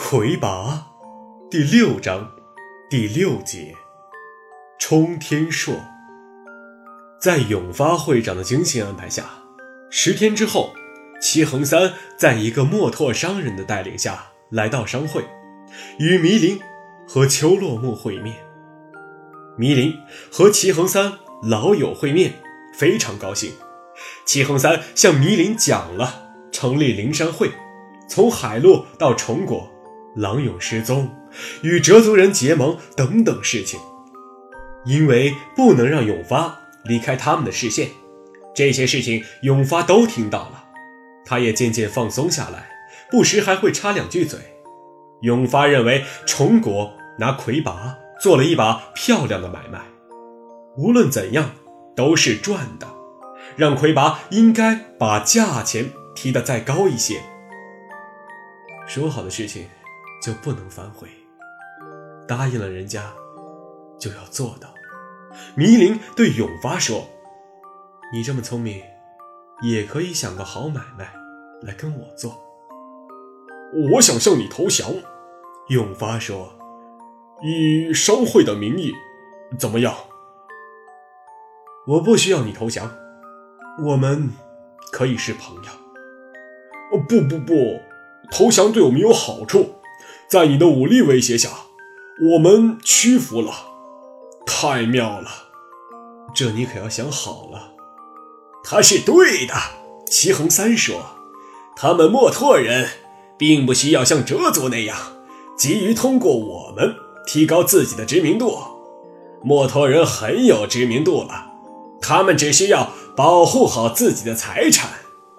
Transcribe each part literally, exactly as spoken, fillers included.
魁拔第六章第六节，冲天朔。在永发会长的精心安排下，十天之后，齐恒三在一个墨拓商人的带领下来到商会，与弥林和邱落木会面。弥林和齐恒三老友会面，非常高兴。齐恒三向弥林讲了成立灵山会，从海路到崇国，郎勇失踪，与折族人结盟等等事情。因为不能让永发离开他们的视线，这些事情永发都听到了，他也渐渐放松下来，不时还会插两句嘴。永发认为崇国拿魁拔做了一把漂亮的买卖，无论怎样都是赚的，让魁拔应该把价钱提得再高一些。说好的事情就不能反悔，答应了人家就要做到。弥林对永发说，你这么聪明，也可以想个好买卖来跟我做。 我想向你投降。 永发说， 以商会的名义怎么样？ 我不需要你投降，我们可以是朋友。 不不不，投降对我们有好处，在你的武力威胁下，我们屈服了。太妙了， 这你可要想好了。 他是对的，齐恒三说，他们墨拓人并不需要像折族那样急于通过我们提高自己的知名度，墨拓人很有知名度了，他们只需要保护好自己的财产。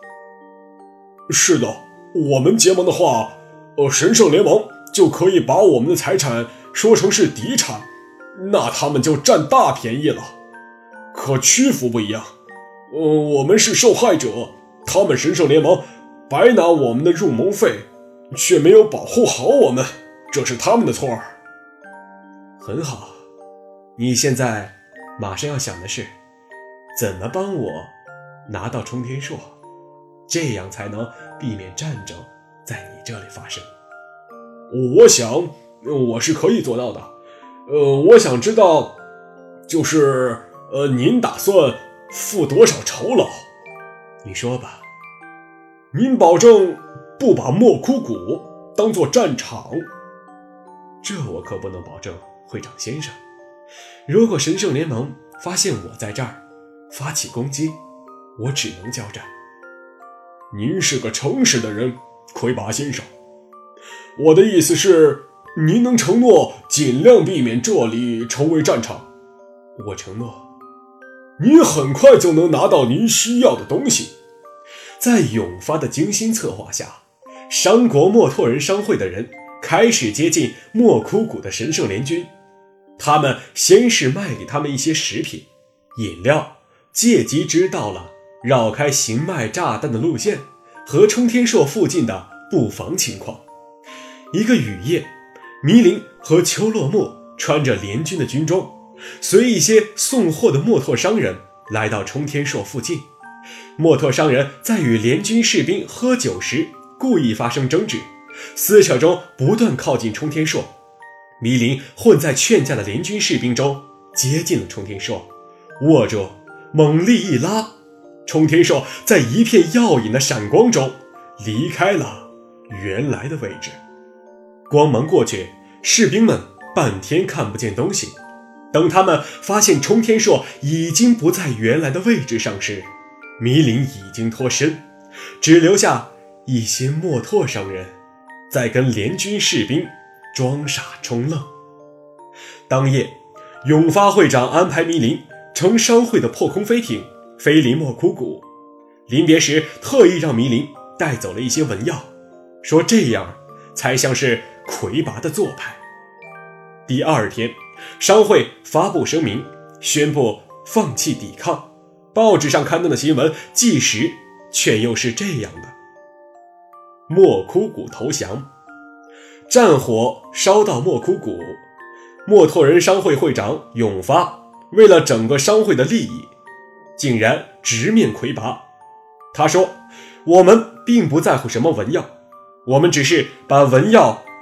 是的，我们结盟的话，呃，神圣联盟就可以把我们的财产说成是敌产，那他们就占大便宜了。可屈服不一样，呃，我们是受害者，他们神圣联盟白拿我们的入盟费，却没有保护好我们，这是他们的错。 很好，你现在马上要想的是怎么帮我拿到冲天朔，这样才能避免战争在你这里发生。 我想我是可以做到的。呃，我想知道，就是呃，您打算付多少酬劳？ 你说吧。 您保证不把莫枯谷当作战场？ 这我可不能保证，会长先生。如果神圣联盟发现我在这儿发起攻击，我只能交战。 您是个诚实的人，魁拔先生。我的意思是，您能承诺尽量避免这里成为战场？ 我承诺。 您很快就能拿到您需要的东西。 在永发的精心策划下，商国墨拓人商会的人开始接近莫枯谷的神圣联军。他们先是卖给他们一些食品、饮料，借机知道了绕开行卖炸弹的路线和冲天朔附近的布防情况。一个雨夜，弥林和邱落木穿着联军的军装，随一些送货的墨拓商人来到冲天朔附近。墨拓商人在与联军士兵喝酒时故意发生争执，撕扯中不断靠近冲天朔。弥林混在劝架的联军士兵中接近了冲天朔，握住猛力一拉，冲天朔在一片耀眼的闪光中离开了原来的位置。光芒过去，士兵们半天看不见东西。等他们发现冲天朔已经不在原来的位置上时，弥林已经脱身，只留下一些墨拓商人在跟联军士兵装傻充愣。当夜，永发会长安排弥林乘商会的破空飞艇飞离莫枯谷，临别时特意让弥林带走了一些文药，说这样才像是魁拔的做派。第二天，商会发布声明，宣布放弃抵抗。报纸上刊登的新闻纪实却又是这样的：莫枯谷投降。战火烧到莫枯谷，墨拓人商会会长永发为了整个商会的利益，竟然直面魁拔。他说，我们并不在乎什么文药，我们只是把文药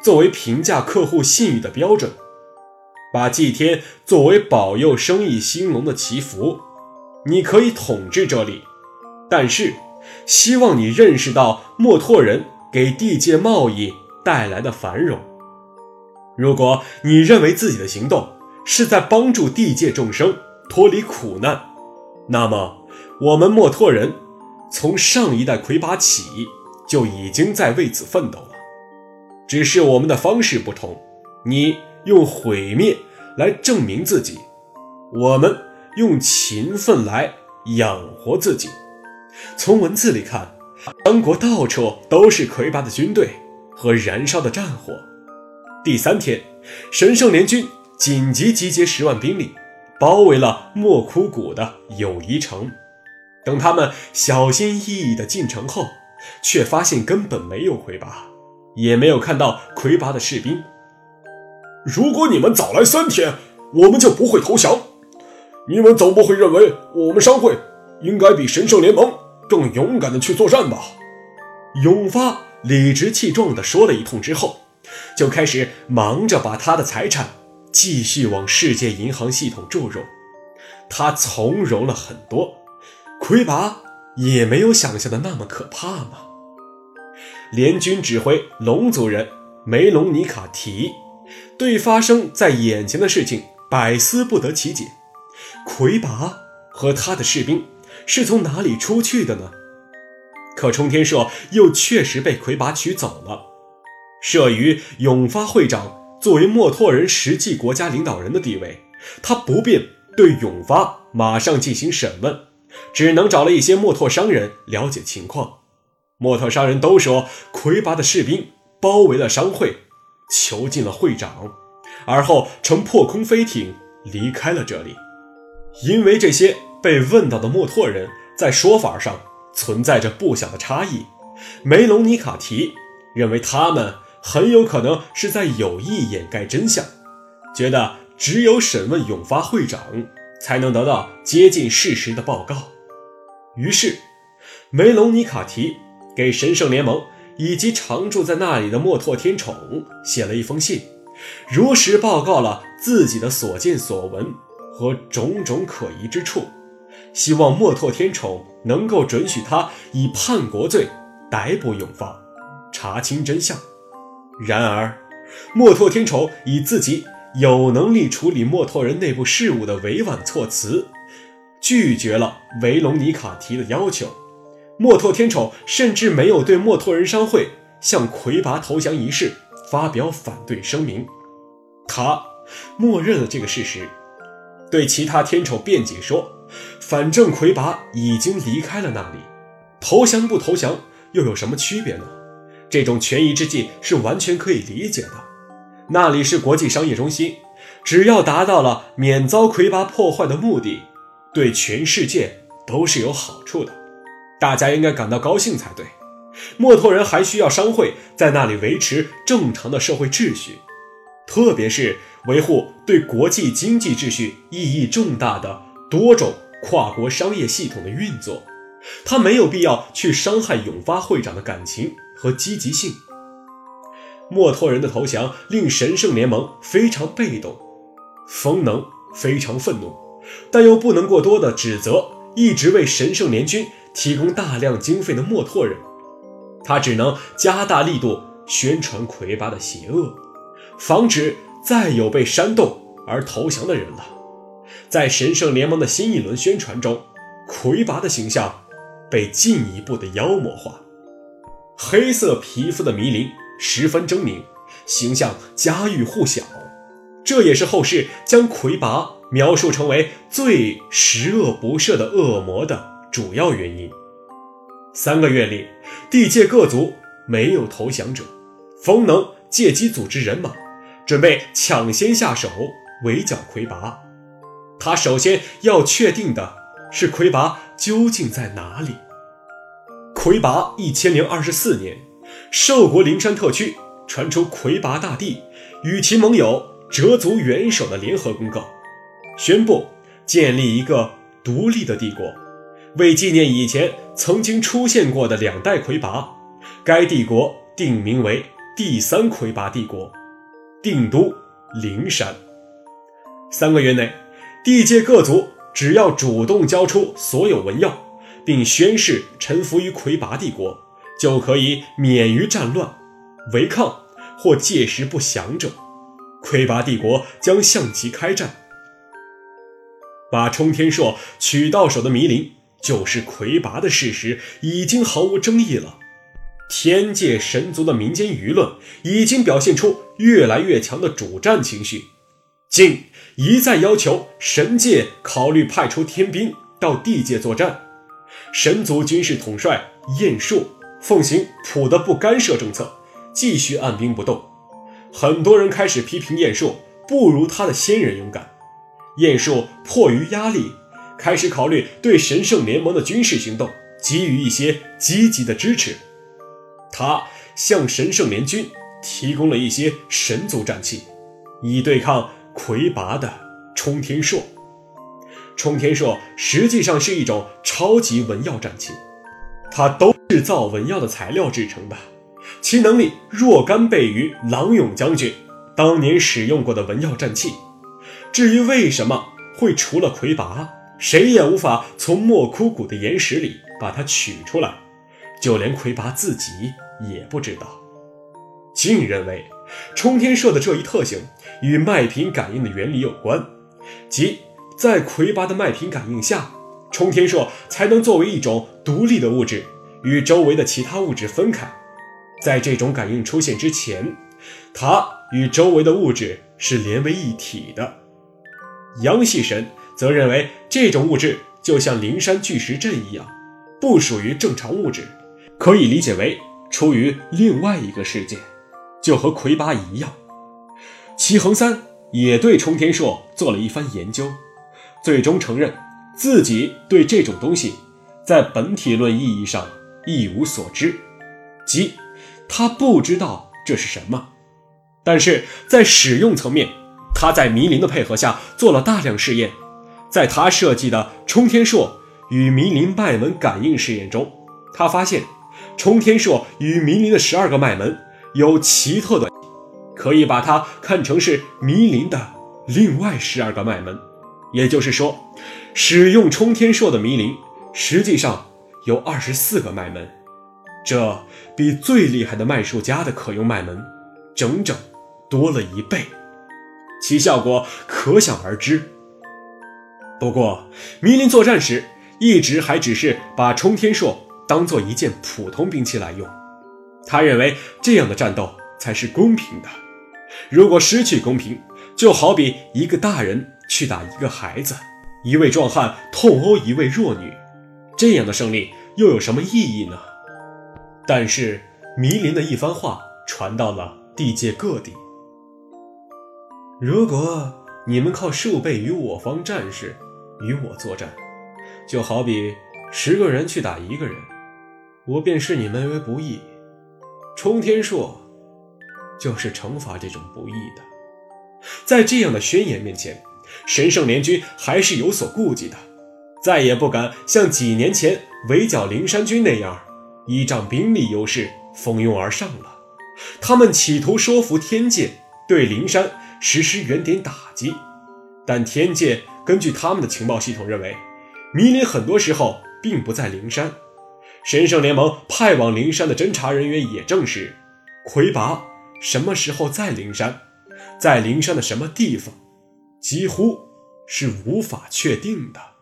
作为评价客户信誉的标准，把祭天作为保佑生意兴隆的祈福。你可以统治这里，但是希望你认识到墨脱人给地界贸易带来的繁荣。如果你认为自己的行动是在帮助地界众生脱离苦难，那么我们墨脱人从上一代魁拔起就已经在为此奋斗了，只是我们的方式不同，你用毁灭来证明自己，我们用勤奋来养活自己。从文字里看，三国到处都是魁拔的军队和燃烧的战火。第三天，神圣联军紧急集结十万兵力，包围了莫枯谷的友谊城。等他们小心翼翼地进城后，却发现根本没有魁拔，也没有看到魁拔的士兵。 如果你们早来三天，我们就不会投降。你们总不会认为我们商会应该比神圣联盟更勇敢地去作战吧？ 永发理直气壮地说了一通之后，就开始忙着把他的财产继续往世界银行系统注入。他从容了很多，魁拔也没有想象的那么可怕嘛。联军指挥龙族人梅隆尼卡提对发生在眼前的事情百思不得其解，魁拔和他的士兵是从哪里出去的呢？可冲天社又确实被魁拔取走了。慑于永发会长作为墨脱人实际国家领导人的地位，他不便对永发马上进行审问，只能找了一些墨脱商人了解情况。墨脱商人都说魁拔的士兵包围了商会，囚禁了会长，而后乘破空飞艇离开了这里。因为这些被问到的墨脱人在说法上存在着不小的差异，梅隆尼卡提认为他们很有可能是在有意掩盖真相，觉得只有审问永发会长才能得到接近事实的报告。于是梅隆尼卡提给神圣联盟以及常住在那里的墨拓天宠写了一封信，如实报告了自己的所见所闻和种种可疑之处，希望墨拓天宠能够准许他以叛国罪逮捕永发，查清真相。然而墨拓天宠以自己有能力处理墨拓人内部事务的委婉措辞，拒绝了维隆尼卡提的要求。墨拓天宠甚至没有对墨拓人商会向魁拔投降一事发表反对声明，他默认了这个事实，对其他天宠辩解说，反正魁拔已经离开了那里，投降不投降又有什么区别呢？这种权宜之计是完全可以理解的。那里是国际商业中心，只要达到了免遭魁拔破坏的目的，对全世界都是有好处的，大家应该感到高兴才对。墨脱人还需要商会在那里维持正常的社会秩序，特别是维护对国际经济秩序意义重大的多种跨国商业系统的运作，他没有必要去伤害永发会长的感情和积极性。墨脱人的投降令神圣联盟非常被动，风能非常愤怒，但又不能过多的指责一直为神圣联军提供大量经费的墨脱人，他只能加大力度宣传魁拔的邪恶，防止再有被煽动而投降的人了。在神圣联盟的新一轮宣传中，魁拔的形象被进一步的妖魔化，黑色皮肤的迷灵十分狰狞，形象家喻户晓，这也是后世将魁拔描述成为最十恶不赦的恶魔的主要原因。三个月里，地界各族没有投降者，风能借机组织人马，准备抢先下手围剿魁拔。他首先要确定的是魁拔究竟在哪里。魁拔一千零二十四年，寿国灵山特区传出魁拔大帝与其盟友折族元首的联合公告，宣布建立一个独立的帝国。为纪念以前曾经出现过的两代魁拔，该帝国定名为第三魁拔帝国，定都灵山。三个月内，地界各族只要主动交出所有文药，并宣誓臣服于魁拔帝国，就可以免于战乱、违抗或届时不降者，魁拔帝国将向其开战。把冲天朔取到手的弥陵就是魁拔的事实已经毫无争议了。天界神族的民间舆论已经表现出越来越强的主战情绪，竟一再要求神界考虑派出天兵到地界作战。神族军事统帅晏殊奉行普的不干涉政策，继续按兵不动。很多人开始批评晏殊不如他的先人勇敢。晏殊迫于压力，开始考虑对神圣联盟的军事行动给予一些积极的支持。他向神圣联军提供了一些神族战器，以对抗魁拔的冲天朔。冲天朔实际上是一种超级文药战器，它都制造文药的材料制成的，其能力若干倍于郎勇将军当年使用过的文药战器。至于为什么会除了魁拔，谁也无法从莫枯谷的岩石里把它取出来，就连魁拔自己也不知道。晋认为冲天朔的这一特性与脉频感应的原理有关，即在魁拔的脉频感应下，冲天朔才能作为一种独立的物质与周围的其他物质分开。在这种感应出现之前，它与周围的物质是连为一体的。阳系神则认为这种物质就像灵山巨石阵一样，不属于正常物质，可以理解为出于另外一个世界，就和魁拔一样。齐恒三也对冲天朔做了一番研究，最终承认自己对这种东西在本体论意义上一无所知，即他不知道这是什么。但是在使用层面，他在弥陵的配合下做了大量试验。在他设计的冲天朔与弥陵脉门感应试验中，他发现冲天朔与弥陵的十二个脉门有奇特的，可以把它看成是弥陵的另外十二个脉门。也就是说，使用冲天朔的弥陵实际上有二十四个脉门，这比最厉害的脉术家的可用脉门整整多了一倍，其效果可想而知。不过弥陵作战时一直还只是把冲天朔当作一件普通兵器来用，他认为这样的战斗才是公平的。如果失去公平，就好比一个大人去打一个孩子，一位壮汉痛殴一位弱女，这样的胜利又有什么意义呢？但是弥陵的一番话传到了地界各地。如果你们靠数倍于我方战士与我作战，就好比十个人去打一个人，我便视你们为不义。冲天朔就是惩罚这种不义的。在这样的宣言面前，神圣联军还是有所顾忌的，再也不敢像几年前围剿灵山军那样依仗兵力优势蜂拥而上了。他们企图说服天界对灵山实施原点打击，但天界根据他们的情报系统认为，弥陵很多时候并不在灵山。神圣联盟派往灵山的侦查人员也证实，魁拔什么时候在灵山，在灵山的什么地方，几乎是无法确定的。